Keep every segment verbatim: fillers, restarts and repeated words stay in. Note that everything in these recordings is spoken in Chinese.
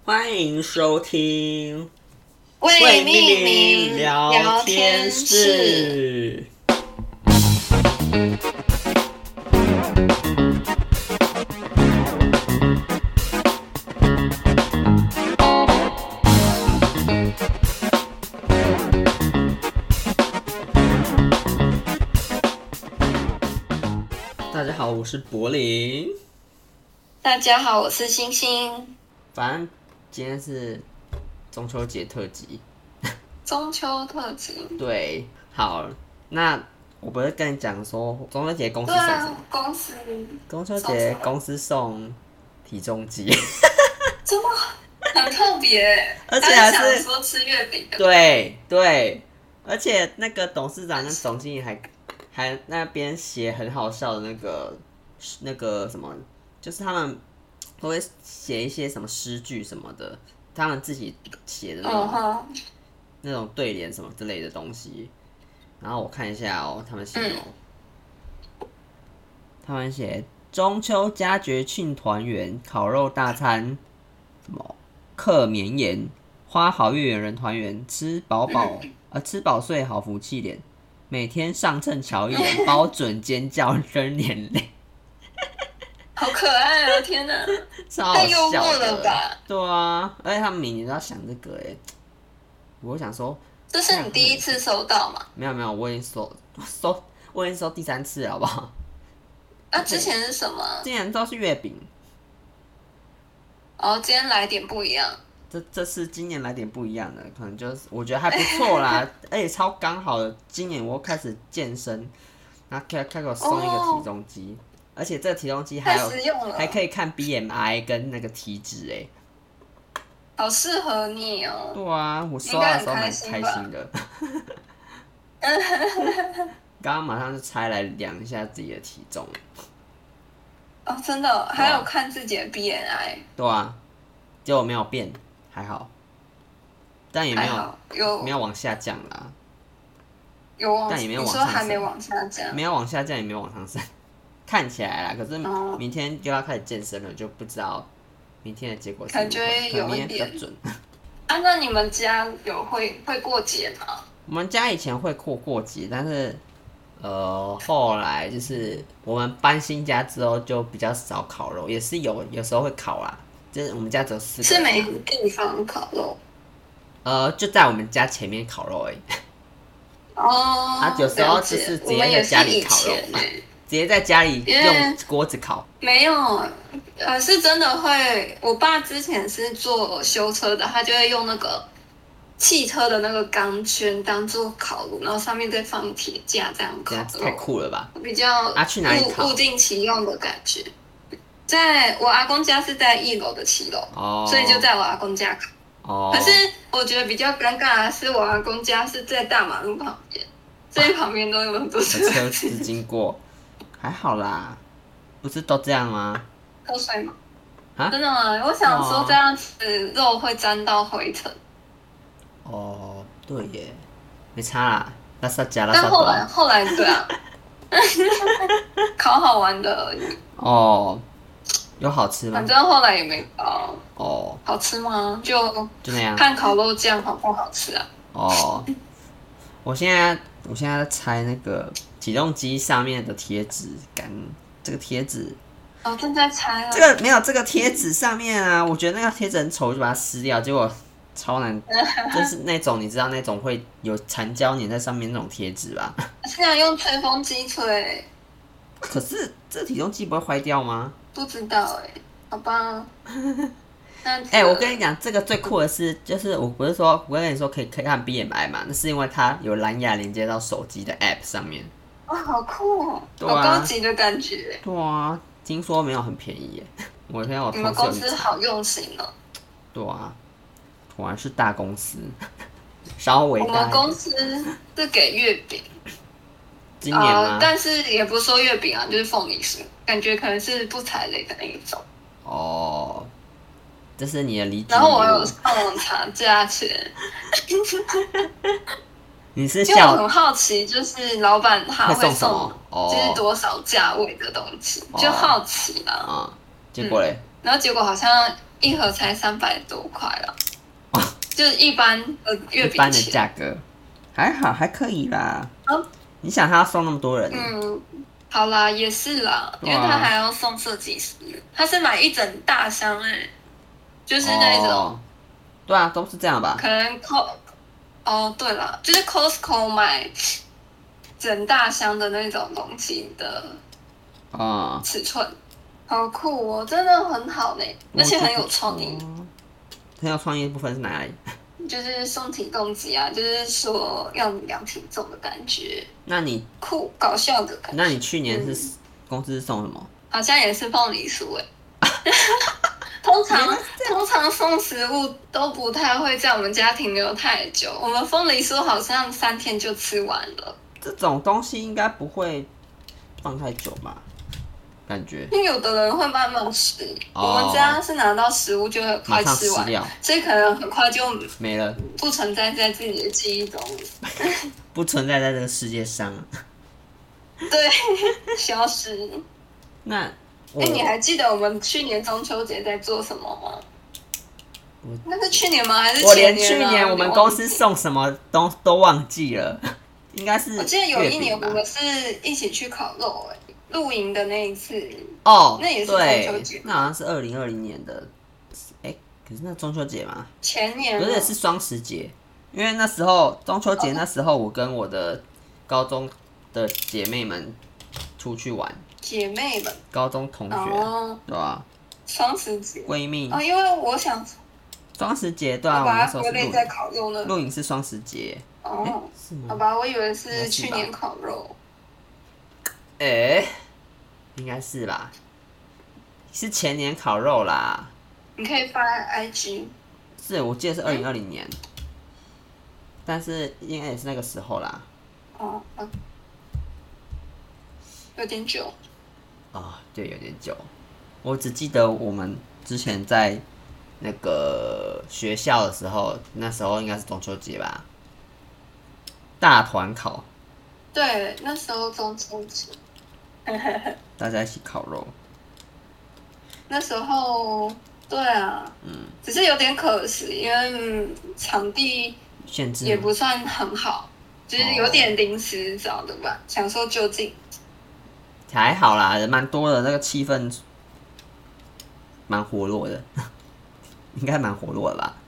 欢迎收听未命名聊天室。 大家好，我是柏林。 大家好，我是星星。 反正今天是中秋节特辑。 中秋特辑。 对，好，那我不是跟你讲说中秋节公司对啊， 送什么？ 公司中秋节公司送体重机， 真的很特别， 而且还是他想说吃月饼的。 对对，而且那个董事长跟总经理还还那边写很好笑的那个那个什么，就是他们都会写一些什么诗句什么的，他们自己写的那种、 嗯、 那种对联什么之类的东西。然后我看一下哦，他们写哦，嗯、他们写中秋佳节庆团圆，烤肉大餐，什么客绵延，花好月圆人团圆，吃饱饱、嗯、呃吃饱睡好福气脸，每天上秤瞧一眼，包准尖叫扔眼泪。 好可爱啊！天哪， 超好笑的，太幽默了吧？ 对啊，而且他们每年都要想这个哎，我想说， 这是你第一次收到吗？ 没有没有，我已经收收，我已经收第三次了，好不好？ 啊，之前是什么？ 之前都是月饼。 哦，今天来点不一样。 这这次今年来点不一样的，可能就是我觉得还不错啦，而且超刚好的。今年我开始健身，然后开开给我送一个体重机。哦，而且这个体重机还有还可以看 B M I 跟那个体脂哎， 好适合你哦。 对啊，我收到的时候蛮开心的。刚刚马上就拆来量一下自己的体重。 哦，真的，哦，还有看自己的 B M I。 对啊，结果没有变，还好，但也没有有没有往下降啦。 有往， 但也没有往上升。 你说还没往下降？ 没有往下降，也没有往上升。看起来啦，可是明天就要开始健身了，就不知道明天的结果是如何。 感觉有一点比较准。 啊，那你们家有会会过节吗？ 我们家以前会过过节，但是呃后来就是我们搬新家之后就比较少烤肉，也是有有时候会烤啦，就是我们家只有四个人。 是每个地方烤肉？ 呃，就在我们家前面烤肉而已。 哦。 啊，有时候就是直接在家里烤肉嘛。直接在家里用锅子烤？ 没有，呃，是真的会。我爸之前是做修车的，他就会用那个汽车的那个钢圈当做烤炉，然后上面再放铁架这样烤肉。 太酷了吧！ 比较啊，去哪里烤？ 物尽其用的感觉。在我阿公家是在一楼的七楼，哦，所以就在我阿公家烤。哦。可是我觉得比较尴尬的是，我阿公家是在大马路旁边，所以旁边都有很多车车子经过。还好啦，不是都这样吗？ 喝水吗？啊？真的吗？我想说这样子肉会沾到灰尘。 哦，对耶，没差啦，拉萨加拉萨。 但后来后来对啊，烤好玩的而已。 哦，有好吃吗？ 反正后来也没烤。 哦。 好吃吗？就就那样。 看烤肉酱好不好吃啊？ 哦，我现在我现在在拆那个体重机上面的贴纸，干这个贴纸。 哦，正在拆啊。 这个没有这个贴纸上面啊，我觉得那个贴纸很丑，我就把它撕掉，结果超难，就是那种你知道那种会有残胶粘在上面那种贴纸吧？ 是啊，用吹风机吹。 可是这体重机不会坏掉吗？ 不知道哎、欸，好吧。 哎、欸，我跟你讲，这个最酷的是，就是我不是说，我跟你说可以可以看 B M I 嘛，那是因为它有蓝牙连接到手机的 App 上面。 哇，好酷哦，啊、好高级的感觉。 对啊，听说没有很便宜耶。我看我同事有。 你们公司好用心哦。 对啊，果然是大公司，稍微大。 我们公司是给月饼。 今年吗、 呃？但是也不是说月饼啊，就是凤梨酥，感觉可能是不踩雷的那一种。 哦。这是你的理解。 然后我有上网查价钱， 你是因为我很好奇，就是老板他会送， 送就是多少价位的东西，哦、就好奇啦。 啊、嗯，结果嘞、 嗯？然后结果好像一盒才三百多块啦，哦、就是一般的月饼一般的价格，还好还可以啦。嗯、你想他要送那么多人？ 嗯，好啦，也是啦，因为他还要送设计师，他是买一整大箱哎、欸，就是那种、哦， 对啊，都是这样吧？ 可能 Co 哦，对了，就是 Costco 买整大箱的那种东西的啊尺寸。哦好酷哦，真的很好呢，而且很有创意。 很有创意的部分是哪里？ 就是送体重机啊，就是说要你量体重的感觉。 那你酷搞笑的感觉。 那你去年是、嗯、公司是送什么？ 好像也是凤梨酥哎。通常通常送食物都不太会在我们家停留太久，我们凤梨酥好像三天就吃完了。 这种东西应该不会放太久吧？感觉， 因为有的人会慢慢吃，哦、我们家是拿到食物就会快吃完，吃所以可能很快就没了， 不存在在自己的记忆中， 不存在在这个世界上。 对，消失。那，哎、欸，你还记得我们去年中秋节在做什么吗？那是去年吗？还是前年、啊？ 我连去年我们公司送什么都都忘记了，应该是。 我记得有一年我们是一起去烤肉、欸，哎。露营的那一次哦， 那也是中秋节， 那好像是二零二零年的，哎、欸，可是那中秋节吗？ 前年不是是双十节，因为那时候中秋节那时候我跟我的高中的姐妹们出去玩， 姐妹们， 高中同学，哦、对吧？ 双十节， 闺蜜哦，因为我想双十节对啊， 我把它归类在烤肉呢， 露营是双十节，哦、欸，是吗？ 好吧，我以为是去年烤肉。 哎、欸，应该是吧，是前年烤肉啦。 你可以发 I G。 是，我记得是二零二零年，但是应该也是那个时候啦。 哦，嗯、有点久。 啊、哦，对，有点久。我只记得我们之前在那个学校的时候，那时候应该是中秋节吧，大团烤。 对，那时候中秋节。 大家一起烤肉， 那时候对啊，嗯，只是有点可惜，因为场地限制也不算很好，就是有点临时找的吧，想说就近。 还好啦，人蛮多的，那个气氛蛮活络的，应该蛮活络的吧？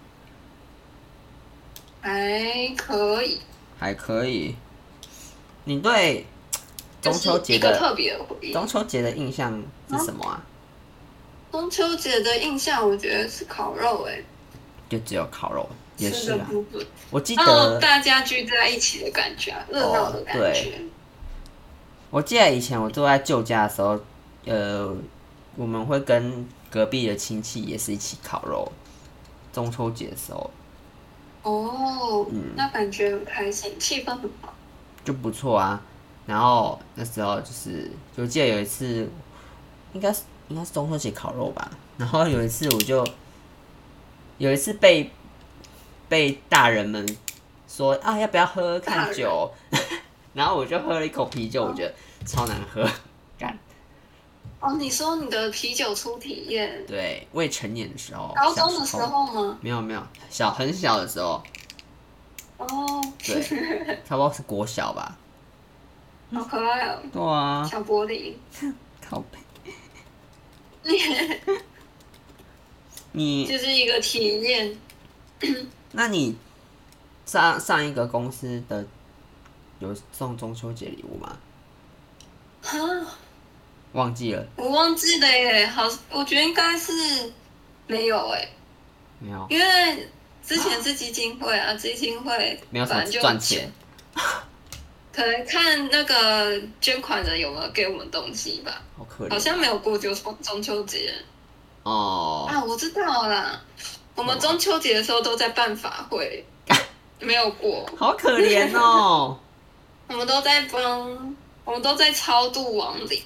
还可以， 还可以。你对中秋节的特别回忆， 中秋节的印象是什么啊？ 中秋节的印象，我觉得是烤肉、欸，哎， 就只有烤肉，也是啊。我记得大家聚在一起的感觉、啊，热闹的感觉、哦。对。 我记得以前我住在舅家的时候，呃，我们会跟隔壁的亲戚也是一起烤肉，中秋节的时候。 哦，嗯，那感觉很开心，气氛很好， 就不错啊。然后那时候就是，我记得有一次，应该是应该是中秋节烤肉吧。然后有一次我就有一次被被大人们说啊，要不要喝看酒？然后我就喝了一口啤酒，我觉得超难喝，干。 哦，你说你的啤酒初体验？ 对，未成年的时候。 高中的时候吗？ 没有没有，小很小的时候。 哦。 对，差不多是国小吧。 好可爱哦！ 对啊， 小玻璃， 靠北。你就是一个体验。 那你上上一个公司的有送中秋节礼物吗？ 哈， 忘记了。 我忘记了耶，好，我觉得应该是没有哎。 没有， 因为之前是基金会啊，基金会没有什么赚钱。 可能看那个捐款人有没有给我们东西吧， 好可怜， 好像没有过就中秋节。 哦啊，我知道啦，我们中秋节的时候都在办法会，没有过， 好可怜哦。 我们都在帮，我们都在超度亡灵。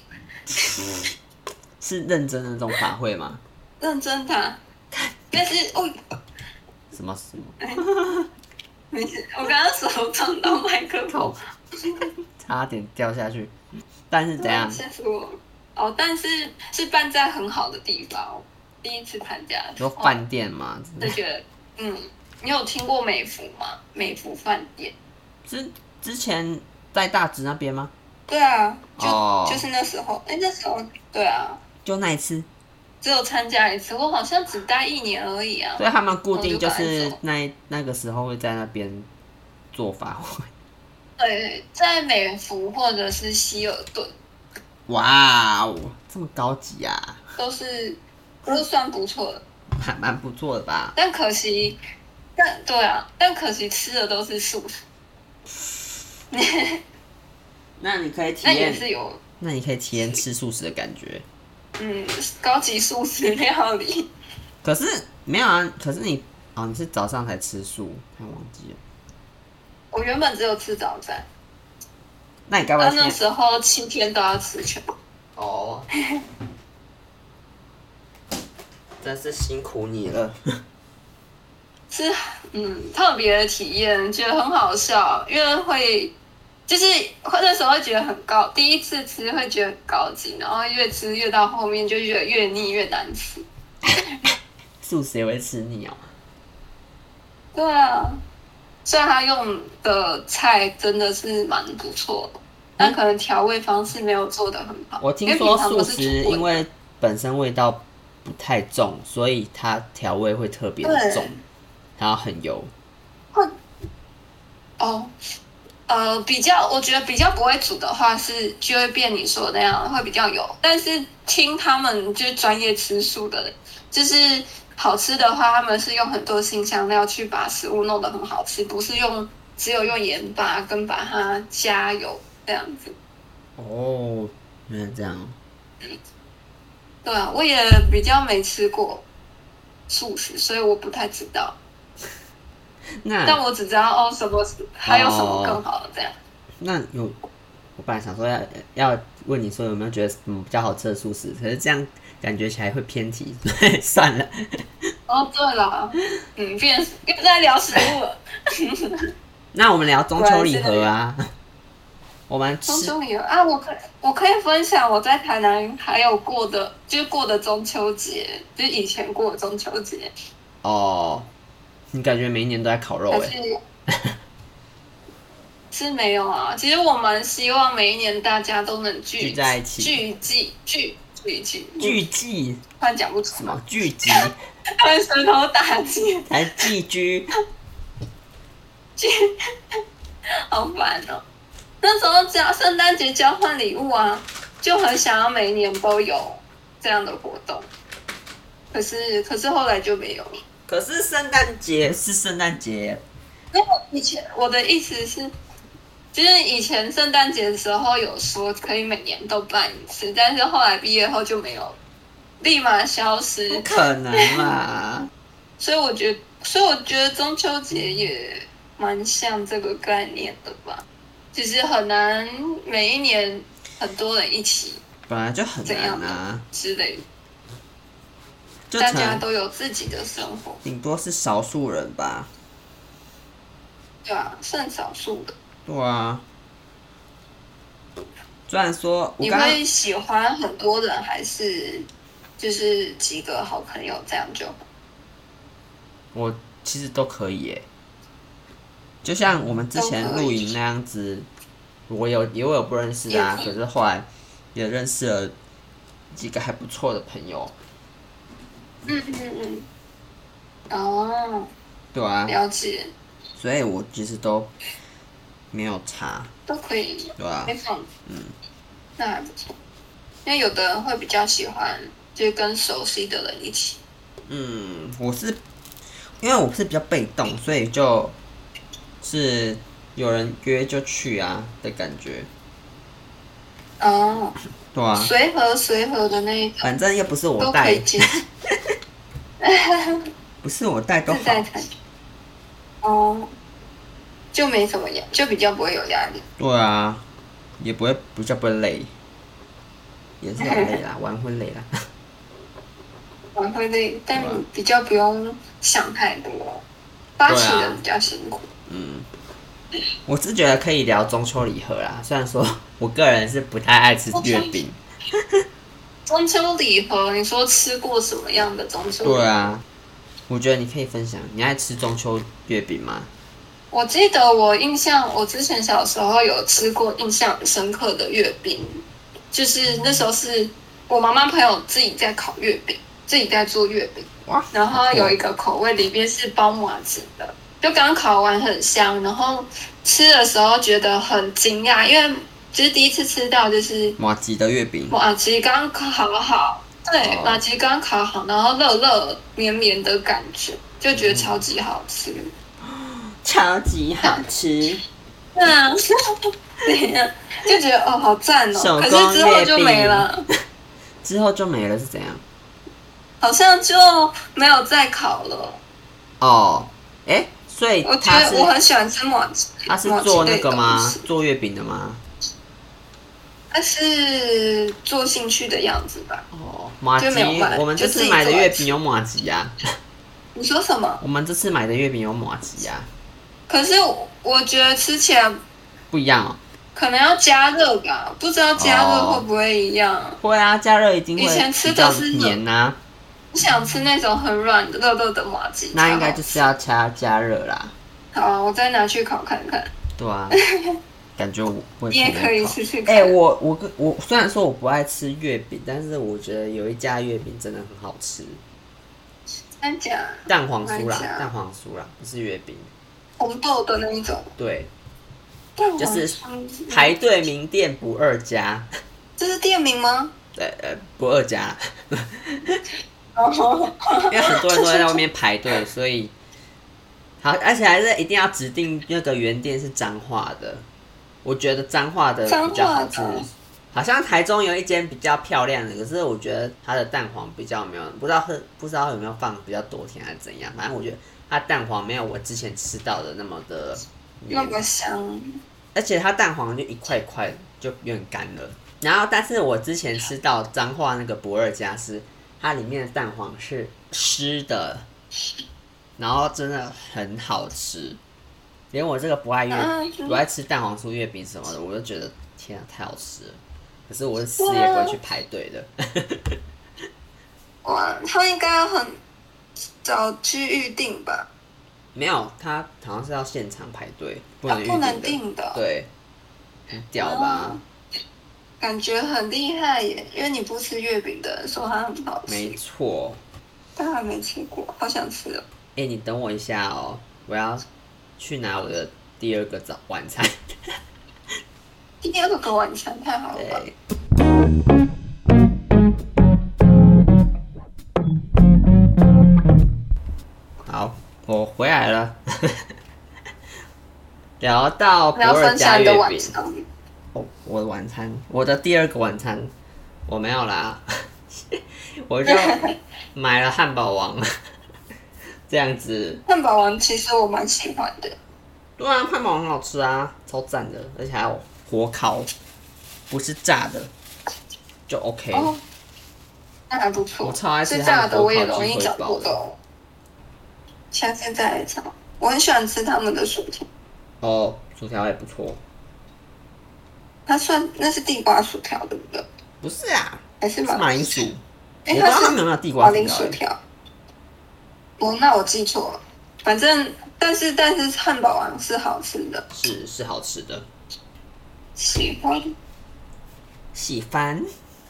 是认真的那种法会吗？ 认真的，但是哦， 什么什么？ 没事，我刚刚手撞到麦克风。 差点掉下去，但是怎样？ 吓死我！哦，但是是办在很好的地方， 第一次参加， 就饭店嘛， 就觉得嗯，你有听过美孚吗？美孚饭店之之前在大直那边吗？ 对啊，就、oh. 就是那时候，哎、欸，那时候对啊， 就那一次， 只有参加一次，我好像只待一年而已啊。 所以他们固定就是那那个时候会在那边做法会。 对，在美孚或者是希尔顿。 哇哦，这么高级啊！ 都是都算不错的， 还蛮不错的吧？ 但可惜，但对啊，但可惜吃的都是素食。 那你可以体验， 那也是有， 那你可以体验吃素食的感觉。 嗯，高级素食料理。 可是没有啊，可是你哦，你是早上才吃素，还忘记了。 我原本只有吃早餐。 那你该不会那时候七天都要吃全？ 哦，真是辛苦你了。 是嗯，特别的体验，觉得很好笑，因为会。就是那时候会觉得很高，第一次吃会觉得很高级，然后越吃越到后面就觉得越腻越难吃。 素食也会吃腻哦。 对啊，虽然他用的菜真的是蛮不错的，但可能调味方式没有做得很好。 我听说素食因为本身味道不太重，所以它调味会特别的重，然后很油。 会哦。呃，比较，我觉得比较不会煮的话是就会变你说的那样，会比较油。但是听他们就是专业吃素的人，就是好吃的话，他们是用很多辛香料去把食物弄得很好吃，不是用只有用盐巴跟把它加油这样子。 哦，原来这样。 对啊，我也比较没吃过素食，所以我不太知道。 那但我只知道哦，什么还有什么更好的这样。 那有，我本来想说要要问你说有没有觉得什么比较好吃的素食，可是这样感觉起来会偏题，所以算了。 哦，对了，嗯，变又在聊食物了。 那我们聊中秋礼盒啊。我们中秋礼盒啊，我可我可以分享我在台南还有过的，就是过的中秋节，就是以前过的中秋节。 哦。你感觉每一年都在烤肉哎、 欸？是没有啊，其实我蛮希望每一年大家都能聚聚在一起， 聚集聚聚集聚集， 突然讲不出什么聚集， 突然舌头打结， 还寄居， 聚，好烦哦。那时候交圣诞节交换礼物啊，就很想要每一年都有这样的活动，可是可是后来就没有了。 可是圣诞节是圣诞节， 因为以前我的意思是，就是以前圣诞节的时候有说可以每年都办一次，但是后来毕业后就没有，立马消失。 不可能嘛！ 所以我觉得，所以我觉得中秋节也蛮像这个概念的吧，就是很难每一年很多人一起， 本来就很难啊之类的。大家都有自己的生活， 顶多是少数人吧。 对啊，算少数的。 对啊。虽然说你会喜欢很多人，还是就是几个好朋友这样就好？ 我其实都可以耶。就像我们之前露营那样子，我有也有不认识啊，可是后来也认识了几个还不错的朋友。 嗯嗯嗯，哦， 对啊， 了解。 所以我其实都没有差， 都可以， 对啊， 没错，嗯，那还不错。因为有的人会比较喜欢，就是跟熟悉的人一起。 嗯，我是因为我是比较被动，所以就是有人约就去啊的感觉。 哦， 对啊， 随和随和的那一种， 反正又不是我带，不是我带都好。 哦，就没什么压，就比较不会有压力。 对啊，也不会比较不会累，也是很累啦，玩会累啦。 玩会累，但比较不用想太多，发起人比较辛苦。 嗯，我是觉得可以聊中秋礼盒啦，虽然说我个人是不太爱吃月饼。 中秋礼盒，你说吃过什么样的中秋礼盒？ 对啊，我觉得你可以分享。你爱吃中秋月饼吗？ 我记得我印象，我之前小时候有吃过印象很深刻的月饼，就是那时候是我妈妈朋友自己在烤月饼，自己在做月饼，然后有一个口味里面是包麻糬的，就刚烤完很香，然后吃的时候觉得很惊讶，因为就是第一次吃到就是麻糬的月饼， 麻糬刚烤好，对，麻糬刚烤好，然后热热绵绵的感觉，就觉得超级好吃。嗯超级好吃， 嗯，就觉得哦好赞哦，可是之后就没了， 之后就没了是怎样？ 好像就没有再烤了。 哦，哎、欸，所以我觉得我很喜欢吃麻糬， 他是做那个吗？做月饼的吗？ 他是做兴趣的样子吧。 哦，麻糬，我们这次买的月饼有麻糬呀。 你说什么？ 我们这次买的月饼有麻糬呀。 可是我觉得吃起来不一样哦， 可能要加热吧，不知道加热会不会一样？哦、 会啊，加热一定会。 以前吃的是黏啊， 我想吃那种很软的热热的麻糬。 那应该就是要加加热啦。 好、啊，我再拿去烤看看。 对啊，感觉我会。 你也可以试试看。 哎、欸，我我我虽然说我不爱吃月饼，但是我觉得有一家月饼真的很好吃。 真假？ 蛋黄酥啦，蛋黄酥啦，不是月饼。 红豆的那一种， 对，就是排队名店不二家。 这是店名吗？ 对，呃，不二家。因为很多人都在外面排队，所以好，而且还是一定要指定那个原店是彰化的。我觉得彰化的比较好吃。好像台中有一间比较漂亮的，可是我觉得它的蛋黄比较没有，不知道不知道有没有放比较多甜还是怎样，反正我觉得它蛋黄没有我之前吃到的那么的那么香， 而且它蛋黄就一块一块就有点干了。然后，但是我之前吃到彰化那个不二家是它里面的蛋黄是湿的，然后真的很好吃。连我这个不爱月不爱吃蛋黄酥月饼什么的，我都觉得天啊，太好吃了。可是我是死也不会去排队的。 哇，他应该要很早去预定吧？ 没有，他好像是要现场排队，不能预定的。 啊、不能定的。 对，很屌吧、啊？ 感觉很厉害耶！因为你不吃月饼的人说它很好吃。 没错。 但还没吃过，好想吃哦。 哎、欸，你等我一下哦，我要去拿我的第二个早晚餐。 第二个晚餐太好了吧？ 好，我回来了。聊到不二家月饼。哦，我的晚餐，我的第二个晚餐，我没有啦，我就买了汉堡王，这样子。 汉堡王其实我蛮喜欢的。 对啊，汉堡王很好吃啊，超赞的，而且还有火烤，不是炸的，就 OK。 哦，那还不错。 我超爱吃是炸的，我也容易找不到。下次再来找。我很喜欢吃他们的薯条。 哦，薯条也不错。 它算那是地瓜薯条对不对？ 不是啊， 还是马铃薯。 哎、 欸，它是没有地瓜薯条。哦，那我记错了。反正，但是但是汉堡王是好吃的。 是是好吃的。 喜欢。 喜欢。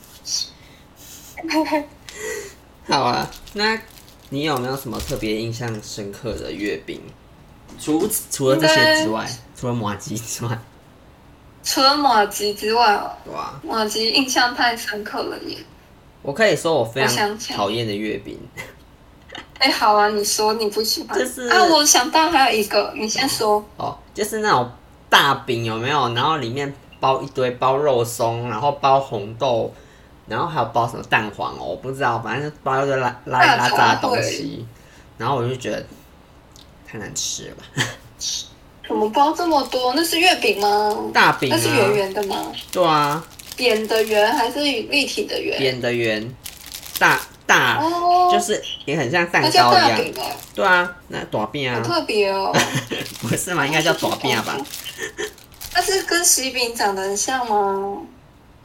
好啊，那你有没有什么特别印象深刻的月饼？除除了这些之外，除了麻糬之外。 除了麻糬之外哦， 对啊， 麻糬印象太深刻了耶。 我可以说我非常讨厌的月饼。 哎、欸，好啊，你说你不喜欢。 就是啊，我想到还有一个，你先说。 哦，就是那种大饼有没有？然后里面包一堆包肉松，然后包红豆，然后还有包什么蛋黄哦，我不知道，反正就包一堆拉拉拉杂的东西。然后我就觉得太难吃了吧。 怎么包这么多？那是月饼吗？ 大饼、啊， 那是圆圆的吗？ 对啊。 扁的圆还是立体的圆？ 扁的圆，大大、哦，就是也很像蛋糕一样。 那叫大饼哦。 对啊，那大饼啊。 好特别哦。 不是吗？应该叫大饼吧？ 它是跟喜饼长得很像吗？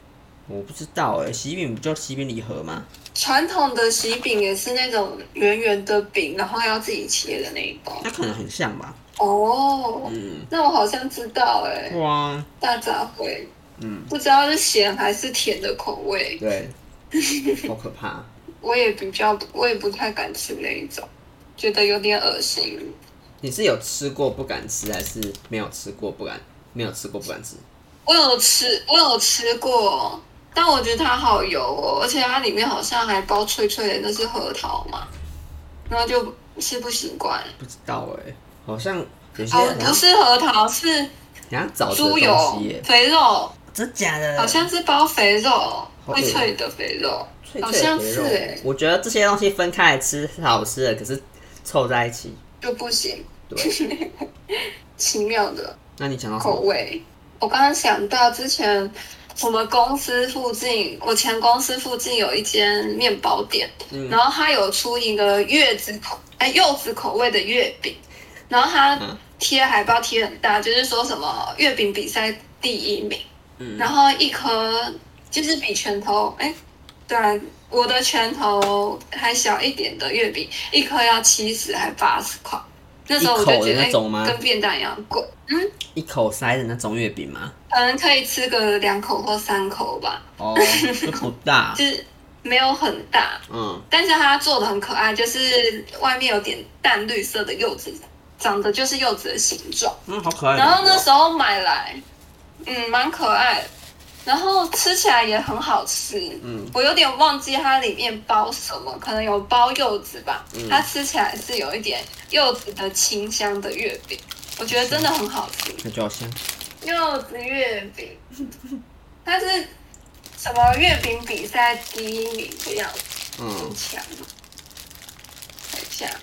我不知道哎、欸，喜饼不就喜饼礼盒吗？ 传统的喜饼也是那种圆圆的饼，然后要自己切的那一包。 那可能很像吧。 哦，嗯，那我好像知道哎、欸。哇，大杂烩，嗯，不知道是咸还是甜的口味。 对，好可怕。 我也比较，我也不太敢吃那一种，觉得有点恶心。 你是有吃过不敢吃，还是没有吃过不敢？没有吃过不敢吃？ 我有吃，我有吃过，但我觉得它好油哦，而且它里面好像还包脆脆的，那是核桃嘛，然后就吃不习惯。 不知道哎、欸，好像有些哦，不是核桃，是猪油肥肉， 真假的？ 好像是包肥肉，脆脆的肥肉， 脆脆的好像是哎、欸。 我觉得这些东西分开来吃是好吃的，可是凑在一起就不行。对，奇妙的。 那你讲到口味？我刚刚想到之前我们公司附近，我前公司附近有一间面包店，嗯、然后它有出一个月子口哎柚子口味的月饼，然后它贴海报贴很大，就是说什么月饼比赛第一名，嗯、然后一颗就是比拳头哎，对啊，我的拳头还小一点的月饼，一颗要七十还八十块。那时候我就觉得、欸、跟便当一样贵，嗯， 一口塞的那种月饼吗？ 可能可以吃个两口或三口吧。 哦，就不大， 就是没有很大，嗯，但是它做的很可爱，就是外面有点淡绿色的柚子，长得就是柚子的形状， 嗯，好可爱。 然后那时候买来，嗯，蛮可爱的。然后吃起来也很好吃，嗯，我有点忘记它里面包什么，可能有包柚子吧，嗯、它吃起来是有一点柚子的清香的月饼，我觉得真的很好吃。 那就好香。 柚子月饼，它是什么月饼比赛第一名的样子，嗯，很强。看一下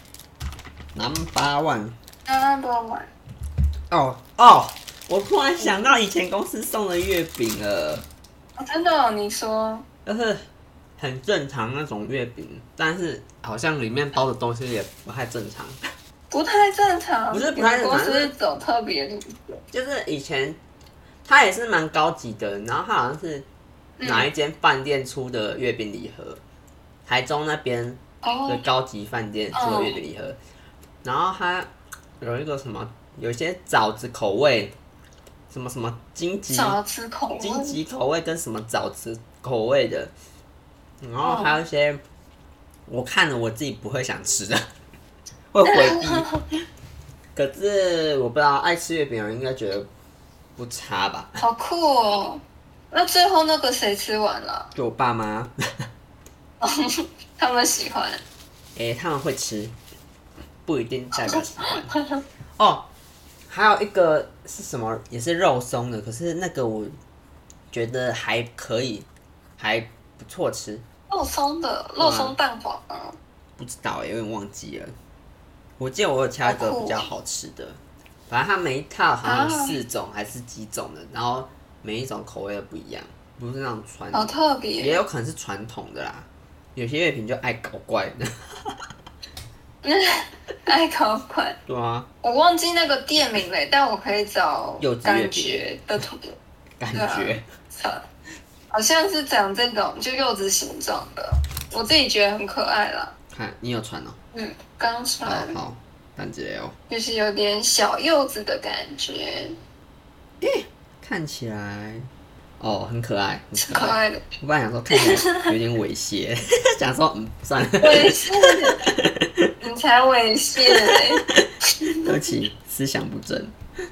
，Number One。Number One。 哦哦。我突然想到以前公司送的月饼了。 哦，真的、哦？你说？ 就是很正常那种月饼，但是好像里面包的东西也不太正常。 不太正常？ 不是不太正常， 公司走特别路线。 就是以前它也是蛮高级的，然后它好像是哪一间饭店出的月饼礼盒，嗯、台中那边的高级饭店出的月饼礼盒，哦、然后它有一个什么，有一些枣子口味。什么什么荆棘枣子口味， 荆棘口味跟什么枣子口味的，然后还有一些、哦、我看了我自己不会想吃的，会回避。可是我不知道爱吃月饼的人应该觉得不差吧？ 好酷哦！那最后那个谁吃完了？ 就我爸妈。 他们喜欢。 哎、欸，他们会吃，不一定代表喜欢。哦。还有一个是什么，也是肉松的，可是那个我觉得还可以，还不错吃。 肉松的，肉松蛋黄啊？ 不知道，有点忘记了。我记得我有挑一个比较好吃的，反正它每一套好像有四种还是几种的，然后每一种口味都不一样，不是那种传统， 好特别， 也有可能是传统的啦。有些月饼就爱搞怪的。 爱搞怪， 对啊， 我忘记那个店名了，但我可以找感觉的图， 感觉， 啊、好像是长这种就柚子形状的，我自己觉得很可爱啦。 看你有传哦？ 嗯，刚传。 好，好，等着哦。 就是有点小柚子的感觉， 欸、看起来哦很可爱， 很可爱的。 我本来想说看起来有点猥亵，想说嗯算了。 猥亵。你才猥亵嘞！ 对不起，思想不正。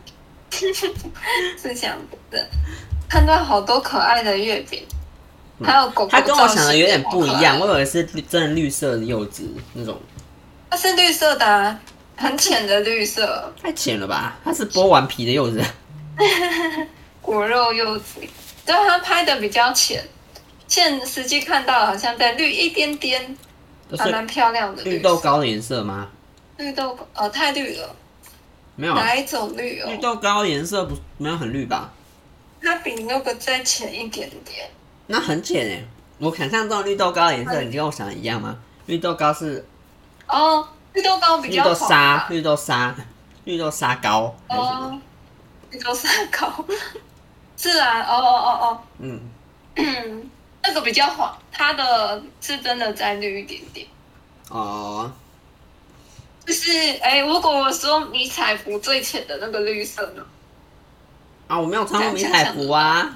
思想不正，看到好多可爱的月饼，嗯、还有狗狗。 它跟我想的有点不一样，我以为是真的绿色的柚子那种。 它是绿色的、啊，很浅的绿色。 太浅了吧？它是剥完皮的柚子。 果肉柚子，对，它拍的比较浅，现实际看到好像再绿一点点。还蛮漂亮的。 绿豆糕的颜色吗？ 绿豆哦，太绿了。 没有。 哪一种绿哦？ 绿豆糕的颜色不没有很绿吧？ 它比那个再浅一点点。 那很浅诶，我想象中绿豆糕的颜色，你跟我想的一样吗？绿豆糕是。 哦，绿豆糕比较黄。绿豆沙，绿豆沙，绿豆沙糕。 哦。绿豆沙糕。是啊，哦哦哦哦。 嗯。 嗯，那个比较黄，它的是真的再绿一点点。 哦， 就是哎，如果我说迷彩服最浅的那个绿色呢？ 啊，我没有穿过迷彩服啊。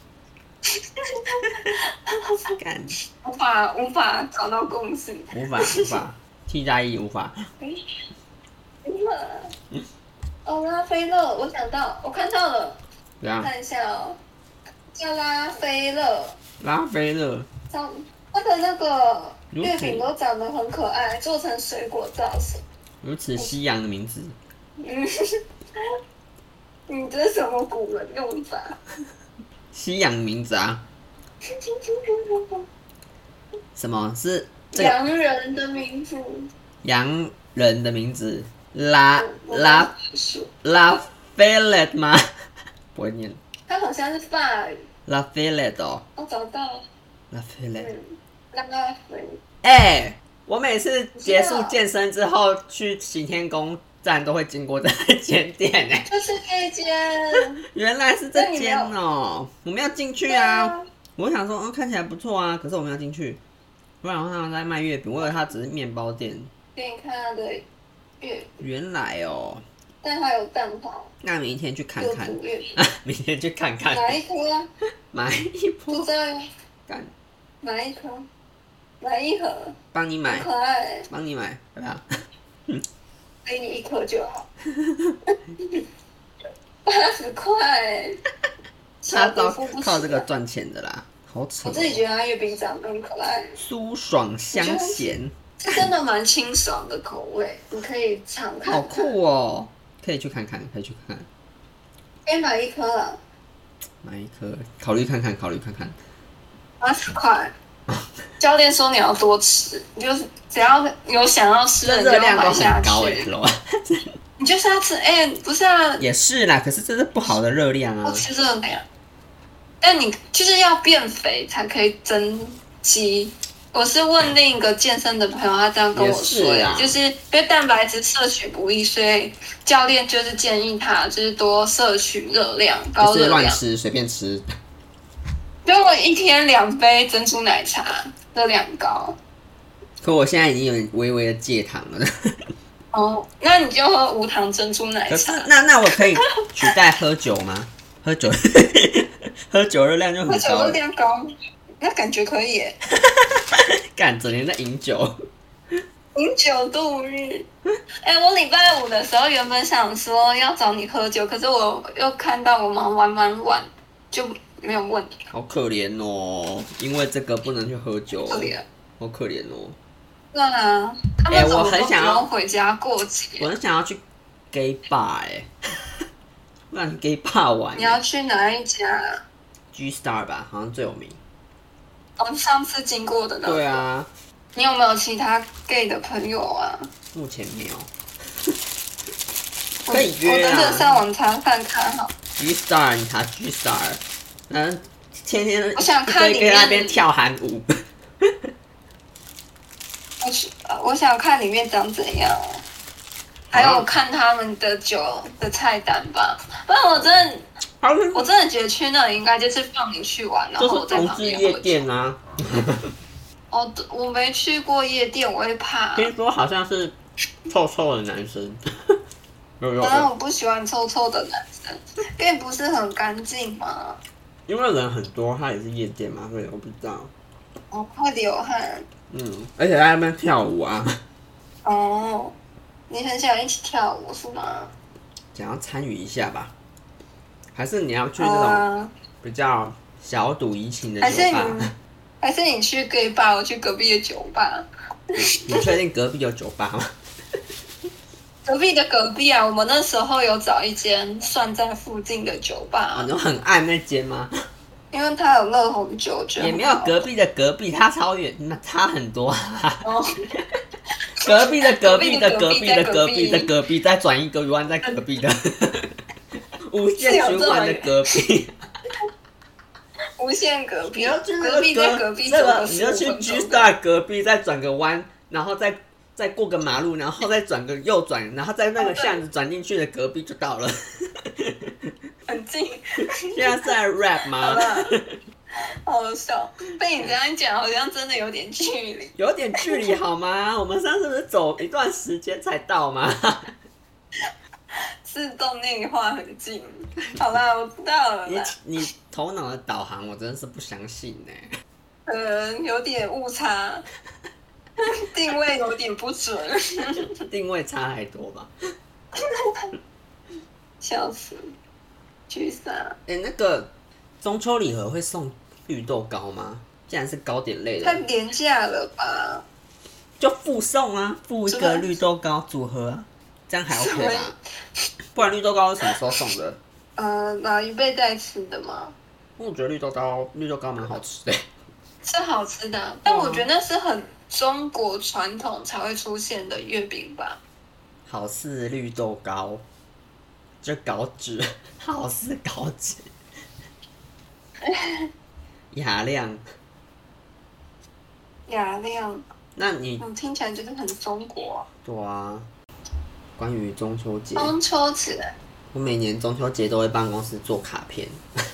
干， 无法无法找到共识， 无法无法，T 加一无法。 哦，拉菲勒，我想到，我看到了， 怎样？ 看一下哦，叫拉菲勒。 拉菲勒。 长，它的那个月饼都长得很可爱，做成水果造型。 如此西洋的名字。 嗯，你这是什么古文用法？ 西洋名字啊？什么是、这个、洋人的名字？ 洋人的名字，拉拉拉菲勒吗？不会念。 它好像是法语。 拉菲勒哦。 我找到了。 拉菲勒。 拉菲。 哎，我每次结束健身之后去行天宫站都会经过这间店哎。 就是这间。 原来是这间哦，我们要进去啊！我想说，嗯，看起来不错啊，可是我们要进去，不然他们在卖月饼，我以为它只是面包店。 给你看它的月饼。 原来哦。 但它有蛋挞。 那明天去看看。明天去看看。 买一颗啊！ 买一颗。 不在。 干。 买一颗。买一盒。 帮你买。 可爱。 帮你买，对吧？ 给你一颗就好。八十块。 他靠靠这个赚钱的啦，好扯。 我自己觉得它月饼长得很可爱， 酥爽香咸， 是真的蛮清爽的口味，你可以尝看。 好酷哦，可以去看看，可以去看看。 可以买一颗了。 买一颗，考虑看看，考虑看看。 八十块。教练说你要多吃，你就是只要有想要吃的， 热量都很高哎， 你就是要吃，哎、欸，不是啊。 也是啦，可是这是不好的热量啊。 不吃热量。但你就是要变肥才可以增肌。我是问另一个健身的朋友，他这样跟我说，是就是因为蛋白质摄取不易，所以教练就是建议他就是多摄取热量，高热量。 乱吃，随便吃。 就我一天两杯珍珠奶茶，热量高。 可我现在已经有微微的戒糖了。 哦，那你就喝无糖珍珠奶茶。 可是那那我可以取代喝酒吗？喝酒。喝酒热量就很高，喝酒热量高，那感觉可以耶。 干，整年在饮酒， 饮酒度日。哎、欸，我礼拜五的时候原本想说要找你喝酒，可是我又看到我们玩蛮晚，就没有问你。 好可怜哦，因为这个不能去喝酒，可怜，好可怜哦。 对啊，他们怎么都不用回家过节。 我很想要去 gay bar 哎、欸，我想去 gay bar 玩。 你要去哪一家 ？G Star 吧，好像最有名。 我们上次经过的那个。 对啊。 你有没有其他 gay 的朋友啊？ 目前没有。可以约啊。 我等等上网查看看好。 G Star， 你查 G Star， 嗯，天天我想看里面在那边跳韩舞。 我我想看里面长怎样，还有看他们的酒的菜单吧。不然我真的，我真的觉得去那里应该就是放你去玩，然后在旁边喝酒。 夜店啊。 哦，我没去过夜店，我会怕。 听说好像是臭臭的男生。 反正我不喜欢臭臭的男生，并不是很干净嘛。 因为人很多，它也是夜店嘛，所以我不知道。 哦，会流汗。 嗯，而且在那边跳舞啊。 哦，你很想一起跳舞是吗？ 想要参与一下吧。还是你要去那种比较小赌怡情的酒吧？ 还是你，还是你去 gay bar， 我去隔壁的酒吧。 你确定隔壁有酒吧吗？ 隔壁的隔壁啊，我们那时候有找一间算在附近的酒吧。 哦，有很暗那间吗？ 因为它有热红酒， 也没有隔壁的隔壁，它超远，那差很多、啊。哦，隔壁的隔壁的隔壁的隔壁的隔壁，再转一个弯，在隔壁的无限循环的隔壁。 无限隔壁， 你要去隔壁在隔壁， 这个你要去 G Star 隔壁，再转个弯，然后再再过个马路，然后再转个右转，然后在那个巷子转进去的隔壁就到了。 很近。 现在是在 rap 吗？ 好笑，被你这样讲，好像真的有点距离， 有点距离好吗？我们上次不是走一段时间才到吗？ 自动内化很近。好啦，我知道了啦。 你你头脑的导航，我真的是不相信呢、欸。 可能有点误差，定位有点不准。 定位差太多吧？ 笑死，沮丧。 哎、欸，那个中秋礼盒会送绿豆糕吗？既然是糕点类的， 太廉价了吧？ 就附送啊，附一个绿豆糕组合啊，这样还 OK 吧？不然绿豆糕是什么时候送的？ 呃，老一辈在吃的吗？ 我觉得绿豆糕绿豆糕蛮好吃的， 是好吃的、啊，但我觉得那是很中国传统才会出现的月饼吧。 好似绿豆糕，这稿纸，好似稿纸，雅亮， 雅亮， 那你我听起来就是很中国、啊。 对啊，关于中秋节， 中秋节， 我每年中秋节都会帮公司做卡片。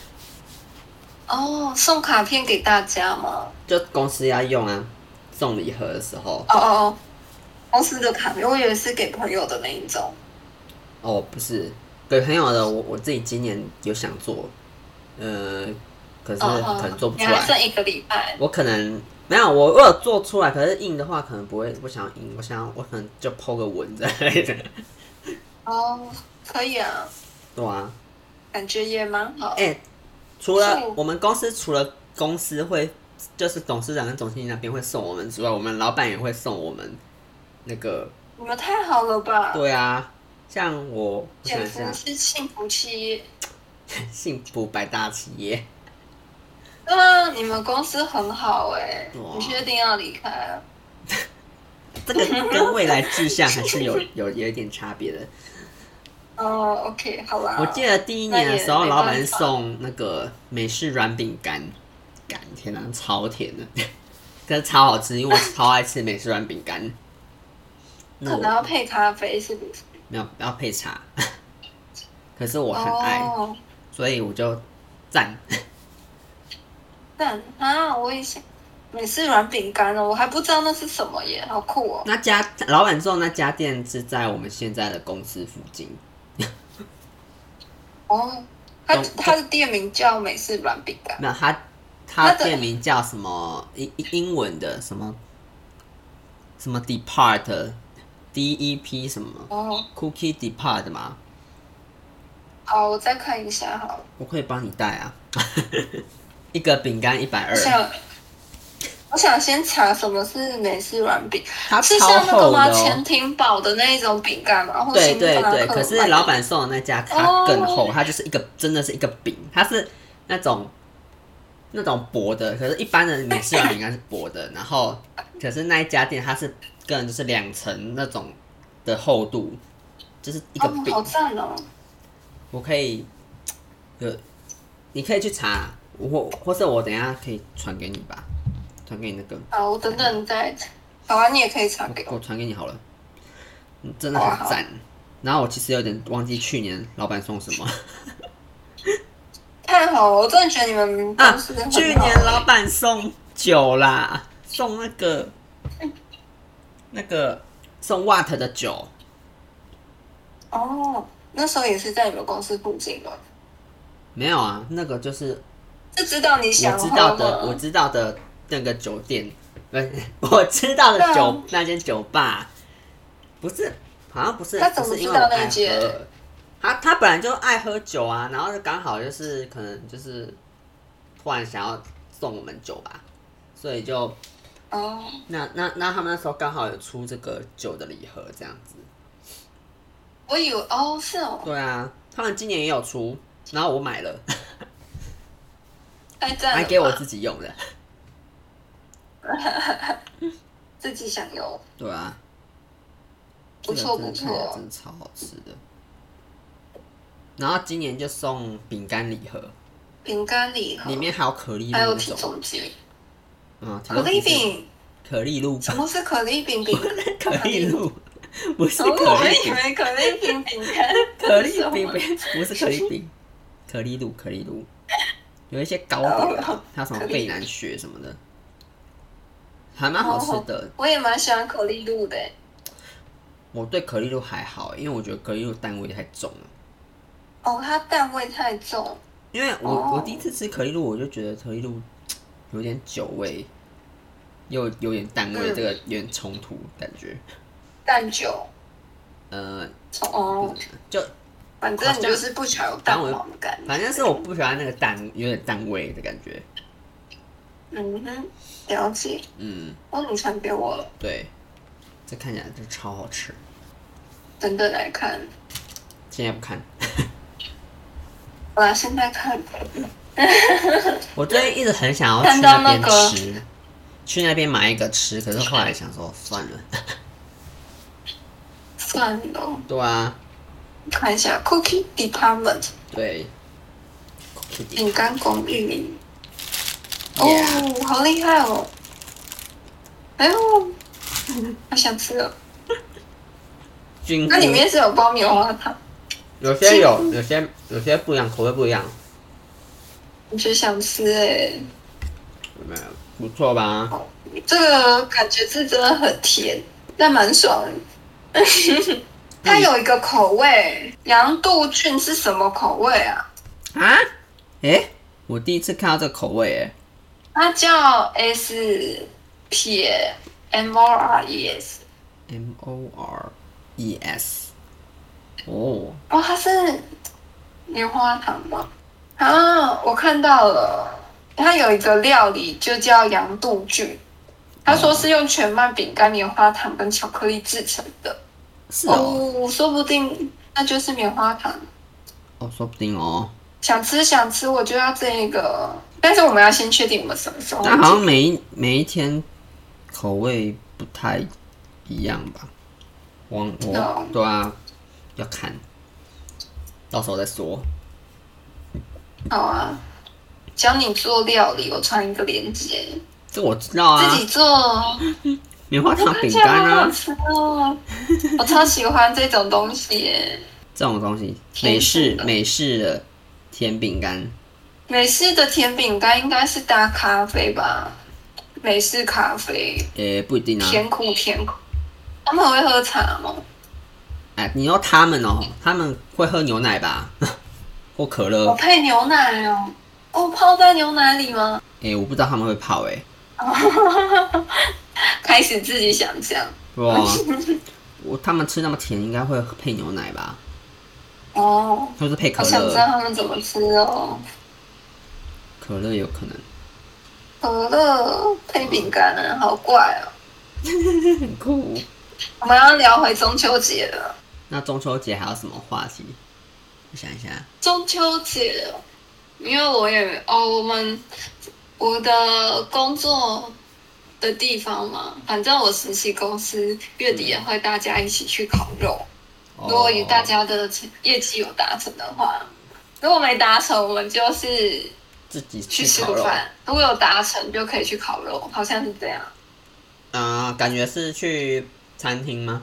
哦，送卡片给大家吗？ 就公司要用啊，送礼盒的时候。 哦哦哦，公司的卡片，我以为是给朋友的那一种。 哦，不是，给朋友的我我自己今年有想做，呃，可是可能做不出来。 你还剩一个礼拜。 我可能没有，我我有做出来，可是印的话可能不会，不想印，我想我可能就 po 个文之类的。 哦，可以啊。 对啊。 感觉也蛮好。 哎、欸，除了我们公司，除了公司会，就是董事长跟总经理那边会送我们之外，我们老板也会送我们那个。 你们太好了吧？ 对啊，像我， 简直是幸福企业， 幸福百大企业。 对啊，你们公司很好哎、欸，你确定要离开啊？ 这个跟未来志向还是有有有一点差别的。 哦、oh, ，OK， 好啦。 我记得第一年的时候，老板送那个美式软饼干，干天哪，超甜的，可是超好吃，因为我超爱吃美式软饼干。 可能要配咖啡，是不是？ 没有，要配茶。可是我很爱， oh. 所以我就赞。 赞啊！我也想美式软饼干哦，我还不知道那是什么耶，好酷哦。 那家老板做那家店是在我们现在的公司附近。 哦，他他的店名叫美式软饼干。 没有，他他店名叫什么？英英文的什么什么 Depart D E P 什么？哦 ，Cookie Depart 吗？ 好，我再看一下好了。 我可以帮你带啊，一个饼干一百二。 我想先查什么是美式软饼， 它是像那个吗？潜艇堡的那一种饼干吗？ 对对对，可是老板送的那家它更厚，哦、它就是一个真的是一个饼，它是那种那种薄的，可是一般的美式软饼干是薄的，然后可是那一家店它是更就是两层那种的厚度，就是一个饼。 哦、好赞哦！ 我可以，有你可以去查，或或是我等一下可以传给你吧。传给你那个。 好，我等等再。好啊，你也可以传给我。 我传给你好了，真的很赞。然后我其实有点忘记去年老板送什么。 太好了，我真的觉得你们公司很好、 啊、去年老板送酒啦，送那个那个送 Watt 的酒。 哦，那时候也是在你们公司附近吗？ 没有啊，那个就是。 是知道你想喝吗？ 我知道的，我知道的。那个酒店，不是我知道的酒、啊、那间酒吧，不是，好像不是， 他怎么知道那间？ 他他本来就爱喝酒啊，然后刚好就是可能就是突然想要送我们酒吧，所以就哦， 那那那他们那时候刚好有出这个酒的礼盒这样子。 我以为哦是哦， 对啊，他们今年也有出，然后我买了， 太赞了， 还给我自己用的。 自己享用， 对啊， 不错不错， 真的超好吃的。然后今年就送饼干礼盒， 饼干礼盒里面还有可丽露， 还有体重机， 嗯， 可丽饼， 可丽露， 什么是可丽饼饼？ 可丽露不是可丽饼， 我以为可丽饼饼干， 可丽饼不是可丽饼，可丽露可丽露， 有一些糕点啊，还有什么贝南雪什么的，还蛮好吃的。哦、 我也蛮喜欢可丽露的。 我对可丽露还好，因为我觉得可丽露蛋味太重了。 哦，它蛋味太重。 因为我、哦、我第一次吃可丽露，我就觉得可丽露有点酒味，又有点蛋味，嗯、这个有点冲突感觉。 蛋酒。 呃。 哦。就。反正你就是不喜欢有蛋黄的感觉。 反正是我不喜欢那个蛋有点蛋味的感觉。 嗯哼，了解。嗯。哦，你传给我了。 对。这看起来就超好吃。 等等来看。 现在不看。 我要现在看。 我最近一直很想要去那边吃，那個、去那边买一个吃，可是后来想说算了。 算了。 对啊。 看一下 Cookie Department。 对。 饼干工艺。哦，好厉害哦！哎呦，好想吃了。那里面是有包棉花糖。 有些有，有些有些不一样，口味不一样。 我就想吃哎、欸。 没有，不错吧？ 这个感觉是真的很甜，但蛮爽的。它有一个口味，洋杜菌是什么口味啊？ 啊？哎、欸，我第一次看到这个口味哎。 它叫 S P M O R E S。 M O R E S。哦。 哦，它是棉花糖吗？啊，我看到了，它有一个料理就叫洋杜菌，他说是用全麦饼干、棉花糖跟巧克力制成的。 是哦， 哦，说不定那就是棉花糖。 哦，说不定哦。 想吃想吃，我就要这个，但是我们要先确定我们什么时候。 那好像每一每一天口味不太一样吧？我我、哦、对啊，要看，到时候再说。 好啊，教你做料理，我传一个链接。 这我知道啊。 自己做。 棉花糖饼干啊， 好吃哦！我超喜欢这种东西耶。 这种东西，美式美式的甜饼干。 美式的甜饼干应该是搭咖啡吧？美式咖啡。 诶、欸，不一定啊。 甜苦甜苦。他们会喝茶吗？ 哎，你说他们哦，他们会喝牛奶吧？或可乐？ 我配牛奶哦。哦，泡在牛奶里吗？ 诶、欸，我不知道他们会泡诶、欸。 开始自己想象。 哇，我他们吃那么甜，应该会配牛奶吧？ 哦， 或是配可乐。 我想知道他们怎么吃哦。 可乐有可能。 可乐配饼干呢，好怪哦。 很酷。 我们要聊回中秋节了。 那中秋节还有什么话题？我想一下。 中秋节，因为我也哦，我们我的工作的地方嘛，反正我实习公司月底也会大家一起去烤肉。嗯、如果以大家的业绩有达成的话，如果没达成，我们就是自己去吃个饭。如果有达成，就可以去烤肉，好像是这样。 啊、呃，感觉是去餐厅吗？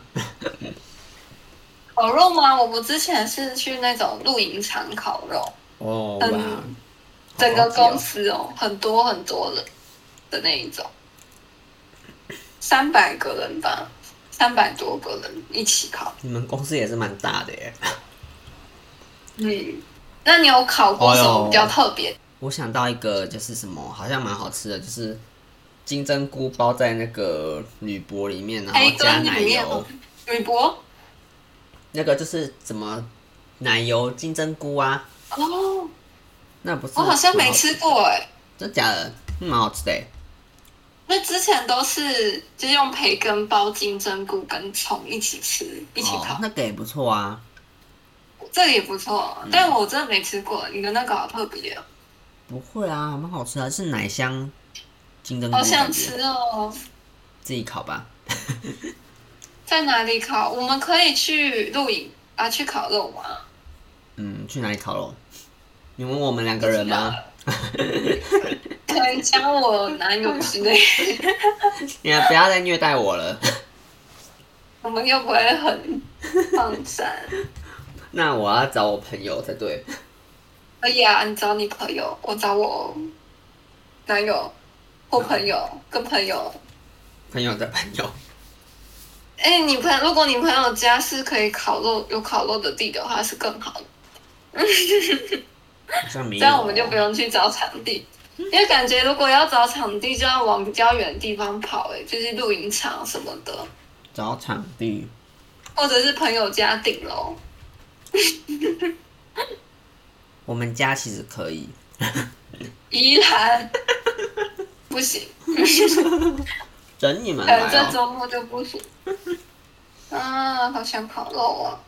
烤肉吗？我们之前是去那种露营场烤肉。 哦， 嗯、 哇， 整个公司哦，很多很多人的那一种。三百个人吧，三百多个人一起烤。 你们公司也是蛮大的耶。 嗯，那你有烤过什么比较特别、哎？ 我想到一个，就是什么好像蛮好吃的，就是金针菇包在那个铝箔里面，然后加奶油。 铝箔？ 那个就是怎么奶油金针菇啊？ 哦， 那不是？ 我好像没吃过哎、欸。 真假的？蛮好吃的。 那之前都是就是用培根包金针菇跟葱一起吃，一起烤、哦。 那个也不错啊， 这个也不错、嗯，但我真的没吃过。你的那个好特别哦。 不会啊，蛮好吃的，是奶香金针菇。 好想吃哦。 自己烤吧。 在哪里烤？我们可以去露营啊，去烤肉吗？ 嗯，去哪里烤肉？你问我们两个人吗？ 可能讲我男友之类的。 你不要再虐待我了。 我们又不会很放闪。 那我要找我朋友才对。 可以啊，你找你朋友，我找我男友或朋友，跟朋友。 朋友的朋友。 哎、欸，你朋如果你朋友家是可以烤肉有烤肉的地的话，是更好的。 好像没有、哦。 这样我们就不用去找场地，因为感觉如果要找场地，就要往比较远的地方跑、欸，哎，就是露营场什么的。 找场地， 或者是朋友家顶楼。 我们家其实可以。 宜兰不行。 等你们来、哦。 这周末就不行。啊，好想烤肉啊！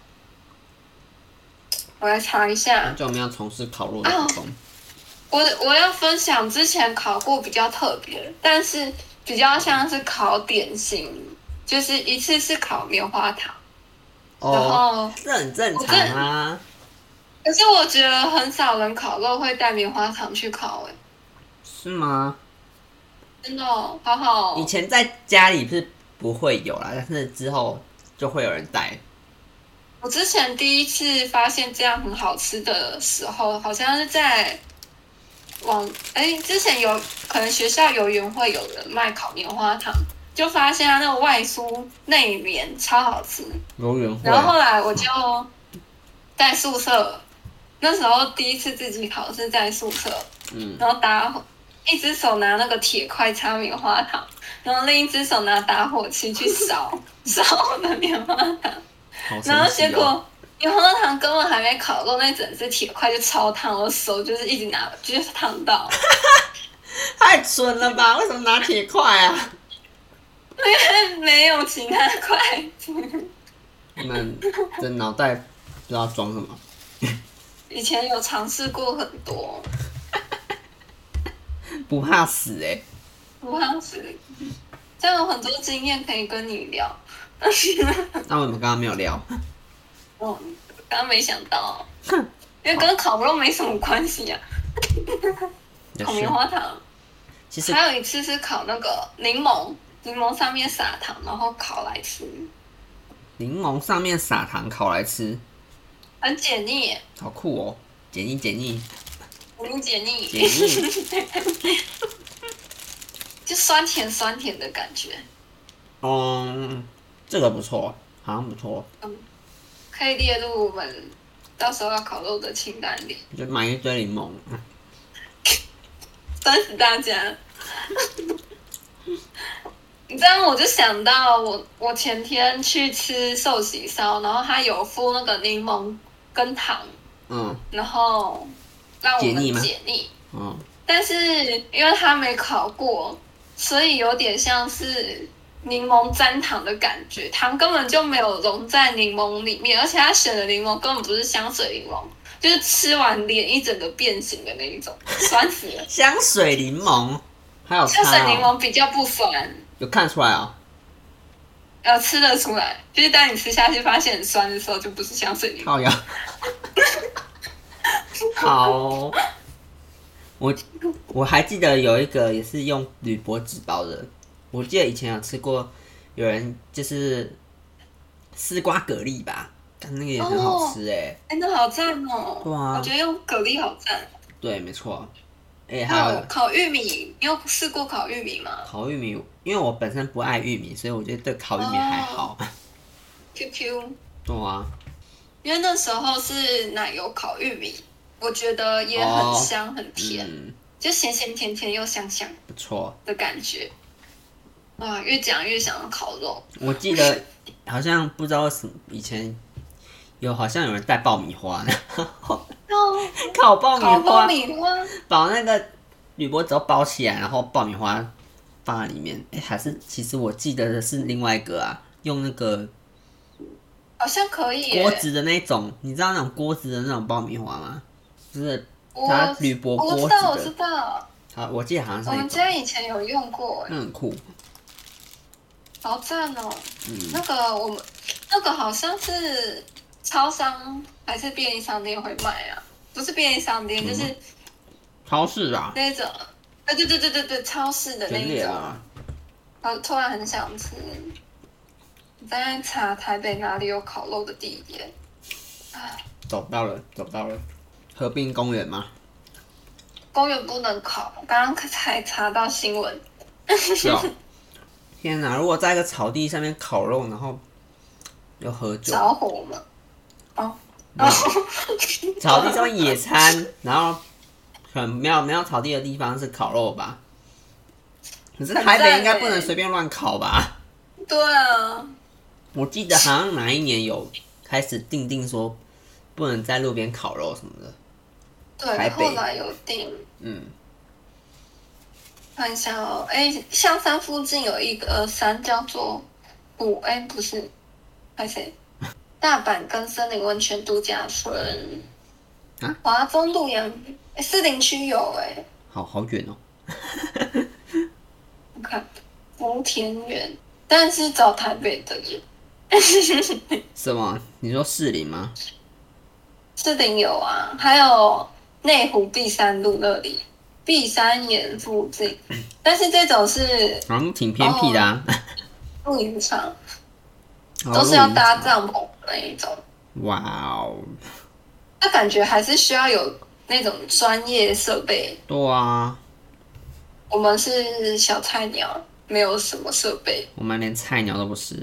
我来查一下。 很久没有从事烤肉的活动。 我我要分享之前烤过比较特别，但是比较像是烤点心，就是一次是烤棉花糖。 哦，然后这很正常啊。 可是我觉得很少人烤肉会带棉花糖去烤、欸，哎。 是吗？ 真的、哦，好好、哦。 以前在家里是不会有啦，但是之后就会有人带。 我之前第一次发现这样很好吃的时候，好像是在网哎，之前有可能学校游园会有人卖烤棉花糖，就发现它那个外酥内绵超好吃。 游园会。 然后后来我就在宿舍，那时候第一次自己烤是在宿舍，嗯，然后打一只手拿那个铁块插棉花糖，然后另一只手拿打火机去烧烧我的棉花糖。 哦、 然后结果棉花糖根本还没烤肉，那整只铁块就超烫，我手就是一直拿，就是烫到。 太蠢了吧？为什么拿铁块啊？ 因为没有其他筷子。 你们的脑袋不知道装什么？ 以前有尝试过很多。 不怕死哎、欸！ 不怕死，这样有很多经验可以跟你聊。 那我们刚刚没有聊。 嗯，刚刚没想到，因为跟烤肉没什么关系啊。烤棉花糖，其实还有一次是烤那个柠檬，柠檬上面撒糖，然后烤来吃。 柠檬上面撒糖烤来吃， 很解腻。 好酷哦！解腻解腻。 解腻解腻。 解腻。 就酸甜酸甜的感觉。 嗯，这个不错，好像不错。 嗯，可以列入我们到时候要烤肉的清单里。 就买一堆柠檬， 酸死大家。你这样我就想到我，我前天去吃寿喜烧，然后他有附那个柠檬跟糖，嗯，然后让我们解腻，嗯，但是因为他没烤过，所以有点像是柠檬沾糖的感觉，糖根本就没有融在柠檬里面，而且他选的柠檬根本不是香水柠檬，就是吃完脸一整个变形的那一种，酸死了。 香水柠檬还有、哦、 香水柠檬比较不酸， 有看出来啊、哦？ 呃，吃得出来，就是当你吃下去发现很酸的时候，就不是香水柠檬。 好呀。好，我我还记得有一个也是用铝箔纸包的，我记得以前有吃过，有人就是丝瓜蛤蜊吧，但那个也很好吃哎、欸， 哎、欸，那好赞哦！ 对啊， 我觉得用蛤蜊好赞。 对，没错。哎、欸， 还有烤玉米，你有试过烤玉米吗？ 烤玉米，因为我本身不爱玉米，所以我觉得对烤玉米还好。哦、 Q Q。 对啊， 因为那时候是奶油烤玉米，我觉得也很香、哦、很甜、嗯，就咸咸甜甜又香香， 不错的感觉。哇，越讲越想要烤肉。 我记得好像不知道为什么以前有好像有人带爆米花呢。烤爆米花， 烤爆米花， 把那个铝箔纸包起来，然后爆米花放在里面。哎、欸，还是其实我记得的是另外一个啊，用那个好像可以锅子的那种，你知道那种锅子的那种爆米花吗？就是它铝箔锅子的。 我知道，我知道。 好，我记得好像是那种。 我们家以前有用过， 那很酷。 好赞哦！嗯，那个我们那个好像是超商还是便利商店会卖啊？不是便利商店，嗯、就是超市啊。 那种，对对对对对对，超市的那一种。我突然很想吃。你在查台北哪里有烤肉的地点？ 找到了，找到了。 河滨公园吗？ 公园不能烤，刚刚才查到新闻。 是哦。天哪！如果在一个草地上面烤肉，然后又喝酒， 着火吗？哦。 草地上面野餐，然后可能没有没有草地的地方是烤肉吧？可是台北应该不能随便乱烤吧？ 对啊。 我记得好像哪一年有开始定定说不能在路边烤肉什么的。 对， 台北后来有定。 嗯。 看一下哦，哎，象山附近有一个山叫做古，哎，不是，还谁？大阪跟森林温泉度假村。啊？华中路沿，哎，士林区有哎。 好好远哦。 我看福田园，但是找台北的人。 什么？你说士林吗？ 士林有啊，还有内湖碧山路那里。碧山岩附近，但是这种是好像挺偏僻的啊。 露营场都是要搭帐篷的那一种。 哇哦！ 那感觉还是需要有那种专业设备。 对啊。 我们是小菜鸟，没有什么设备。 我们连菜鸟都不是。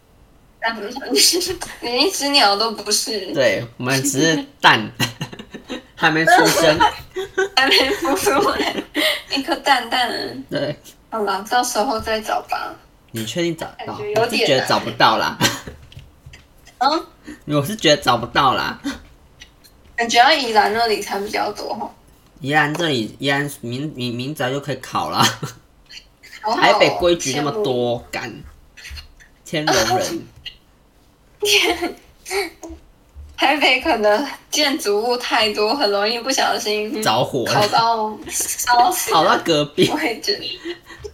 连一只鸟都不是。 对，我们只是蛋。还没出生， 还没孵出来，一颗蛋蛋。 对， 好了，到时候再找吧。 你确定找到？ 我是觉得找不到啦。 嗯， 我是觉得找不到啦。 感觉要宜兰那里才比较多哈。 宜兰这里，宜兰民民民宅就可以烤啦。台北规矩那么多，干天龙人。 台北可能建筑物太多，很容易不小心着火， 烤到烧死， 烤到隔壁。 我也觉得，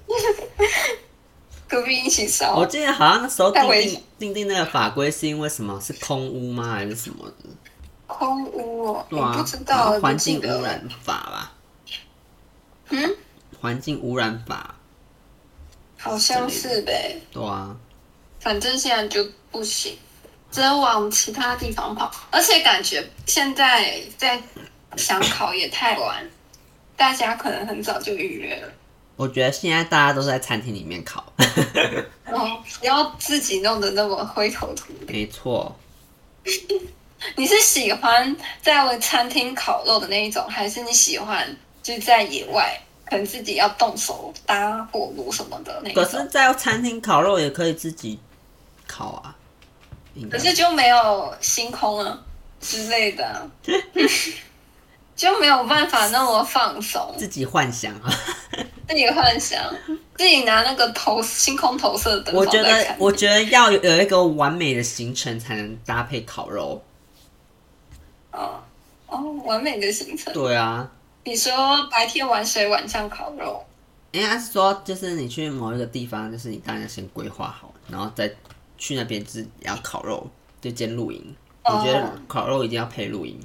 隔壁一起烧。 我记得好像那时候定定定定那个法规是因为什么？是空污吗？还是什么的？ 空污哦， 对啊， 我不知道， 环境污染法吧？ 嗯， 环境污染法， 好像是呗。 对啊， 反正现在就不行。只能往其他地方跑，而且感觉现在在想考也太晚，大家可能很早就预约了。 我觉得现在大家都是在餐厅里面烤。 哦，不要自己弄得那么灰头土脸。 没错。 你是喜欢在餐厅烤肉的那一种，还是你喜欢就是在野外，可能自己要动手搭火炉什么的那种？ 可是，在餐厅烤肉也可以自己烤啊。 可是就没有星空啊之类的、啊，就没有办法那么放松。 自己幻想啊， 自己幻想，自己拿那个投星空投射灯。 我觉得，我觉得要有一个完美的行程才能搭配烤肉。 哦哦，完美的行程。 对啊。 你说白天玩水，晚上烤肉？ 应该是说，就是你去某一个地方，就是你当然先规划好，然后再。去那边就是要烤肉，就兼露营。我觉得烤肉一定要配露营。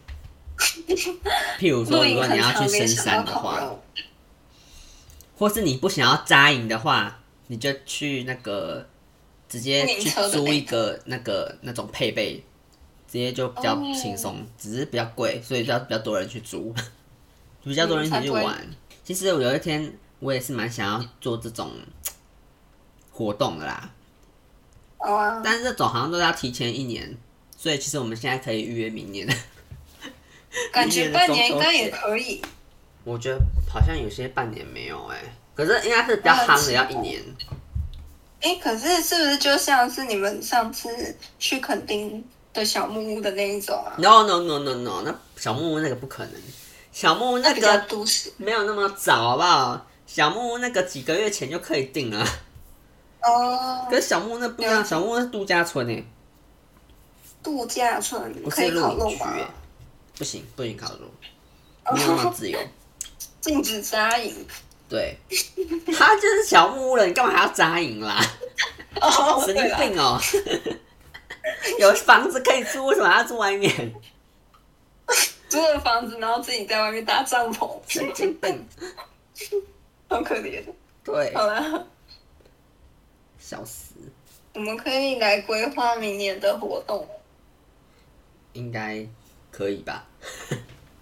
譬如说，如果你要去深山的话，或是你不想要扎营的话，你就去那个直接去租一个那个那种配备，直接就比较轻松，只是比较贵，所以比较比较多人去租，比较多人一起去玩。其实我有一天我也是蛮想要做这种活动的啦。 啊、 但是这种好像都要提前一年，所以其实我们现在可以预约明年。 感觉半年应该也可以。 我觉得好像有些半年没有哎、欸，可是应该是比较夯的要一年。 哎、欸，可是是不是就像是你们上次去垦丁的小木屋的那一种啊 ？No No No No No， 那小木屋那个不可能，小木屋那个都市没有那么早，好不好？小木屋那个几个月前就可以订了。 哦， 可是小木屋那不一样，小木屋是度假村诶、欸。 度假村不是露营区诶，不行，不行烤肉，没有那么自由， 禁止扎营。 对，他就是小木屋了，你干嘛还要扎营啦？ 哦， 神经病哦！有房子可以住，为什么还要住外面？ 租了房子，然后自己在外面搭帐篷， 神经病， 好可怜。 对， 好啦。 笑死！ 我们可以来规划明年的活动， 应该可以吧？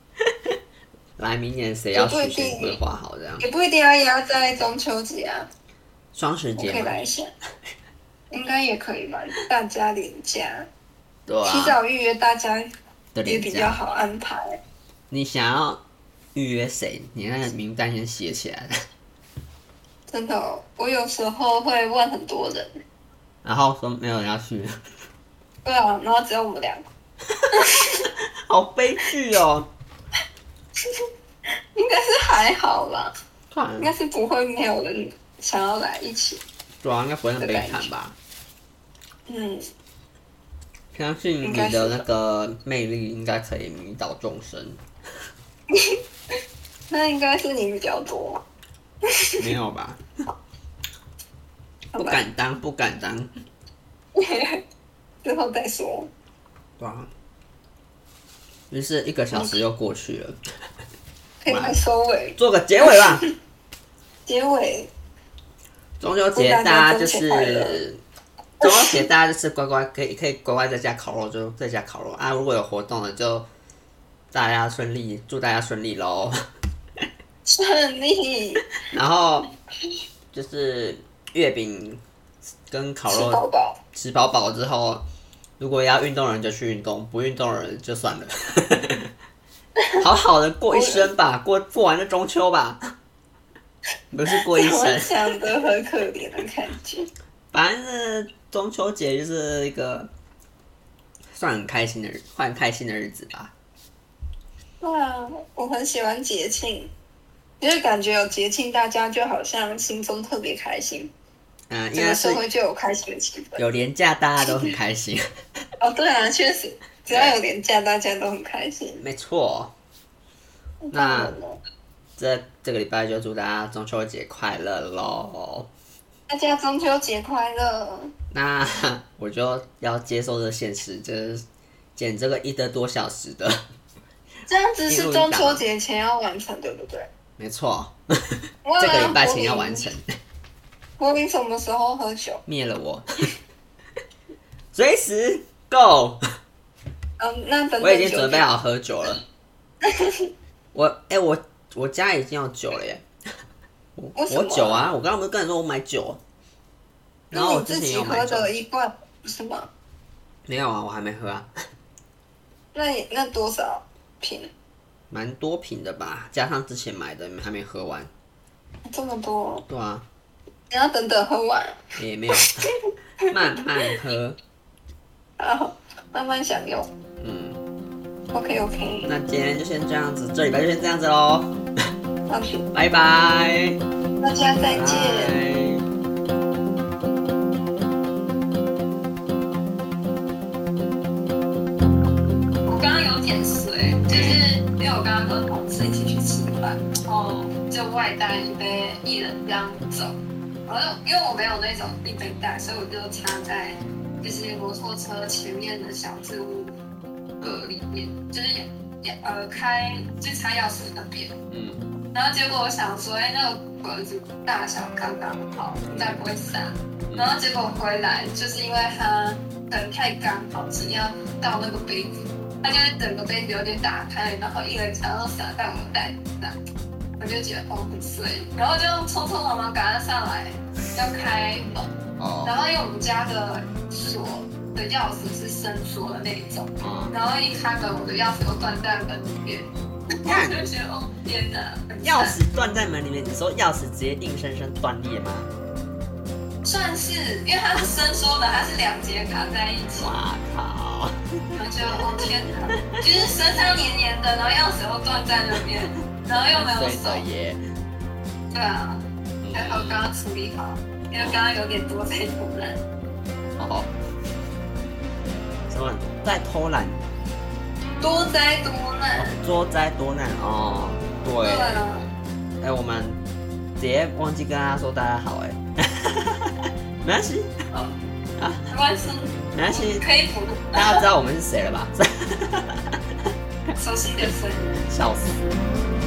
来明年谁要去先规划好这样。 也不一定要压在中秋节啊， 双十节可以来一下，应该也可以吧？大家连假， 对啊， 提早预约大家也比较好安排。 你想要预约谁？你那个名单先写起来。 真的、哦，我有时候会问很多人， 然后说没有人要去。 对啊，然后只有我们两个。 好悲剧哦。 应该是还好吧， 应该是不会没有人想要来一起。 对啊，应该不会很悲惨吧？ 嗯， 相信你的那个魅力应该可以迷倒众生。 那应该是你比较多。 没有吧？不敢当，不敢当。 之后再说。 对啊。于是一个小时又过去了。 可以来收尾， 做个结尾吧。 结尾。 中秋节大家就是中秋节大家就是乖乖可以可以乖乖在家烤肉就在家烤肉啊！如果有活动了就大家顺利，祝大家顺利咯。 顺利。 然后就是月饼跟烤肉吃饱饱， 吃饱饱之后，如果要运动的人就去运动，不运动的人就算了。好好的过一生吧，过过完这中秋吧，不是过一生。 想得很可怜的感觉。 反正中秋节就是一个算很开心的日，算很开心的日子吧。 对啊，我很喜欢节庆，就是感觉有节庆，大家就好像心中特别开心。嗯，整个社会就有开心的气氛。 有连假，大家都很开心。 哦，对啊，确实。只要有连假，大家都很开心。 没错。那这这个礼拜就祝大家中秋节快乐咯！ 大家中秋节快乐！ 那我就要接受这现实，就是剪这个一个多小时的。 这样子是中秋节前要完成，对不对？ 没错，这个礼拜前要完成。 柏林什么时候喝酒？ 灭了我！随时 go。 嗯，那等等我已经准备好喝酒了。我哎、欸，我我家已经有酒了耶。我我酒啊，我刚刚不是跟你说我买酒，然后我之前有买酒。 你自己喝的一罐是吗？ 没有啊，我还没喝啊。 那你那多少瓶？ 蛮多瓶的吧，加上之前买的还没喝完。 这么多？ 对啊。 你要等等喝完。 也没有，慢慢喝。 好，慢慢享用。 嗯。 OK OK。 那今天就先这样子，这礼拜就先这样子喽。 OK。 拜拜。 大家再见。我刚刚有点水，就是因为我刚刚跟同事一起去吃饭，然后就外带一杯一人这样走。然后因为我没有那种一杯带，所以我就插在就是摩托车前面的小置物格里面，就是呃开就插钥匙那边。嗯。然后结果我想说，哎，那个格子大小刚刚好，应该不会散。然后结果回来，就是因为它可能太刚好，只要倒那个杯子，它就是整个杯子有点打开，然后一人全都洒在我的袋子上。我就觉得哦很碎，然后就匆匆忙忙赶上来要开门，哦、然后因为我们家的锁的钥匙是伸缩的那一种，哦、然后一开门我的钥匙又断在门里面，我就觉得哦天哪！ 钥匙断在门里面，你说钥匙直接硬生生断裂吗？ 算是，因为它是伸缩的，它是两节卡在一起。 哇靠！ 我就哦天哪，就是身上黏黏的，然后钥匙又断在那边。然后又没有手，对啊，还好刚刚处理好，因为刚刚有点多灾多难。 哦，什么在偷懒？ 多灾多难。 多灾多难哦，对。对啊。哎、欸，我们直接忘记跟大家说大家好，哎，没关系。 哦。啊，没关系。 没关系。 可以补。 大家知道我们是谁了吧？ 熟悉的声音。 笑死。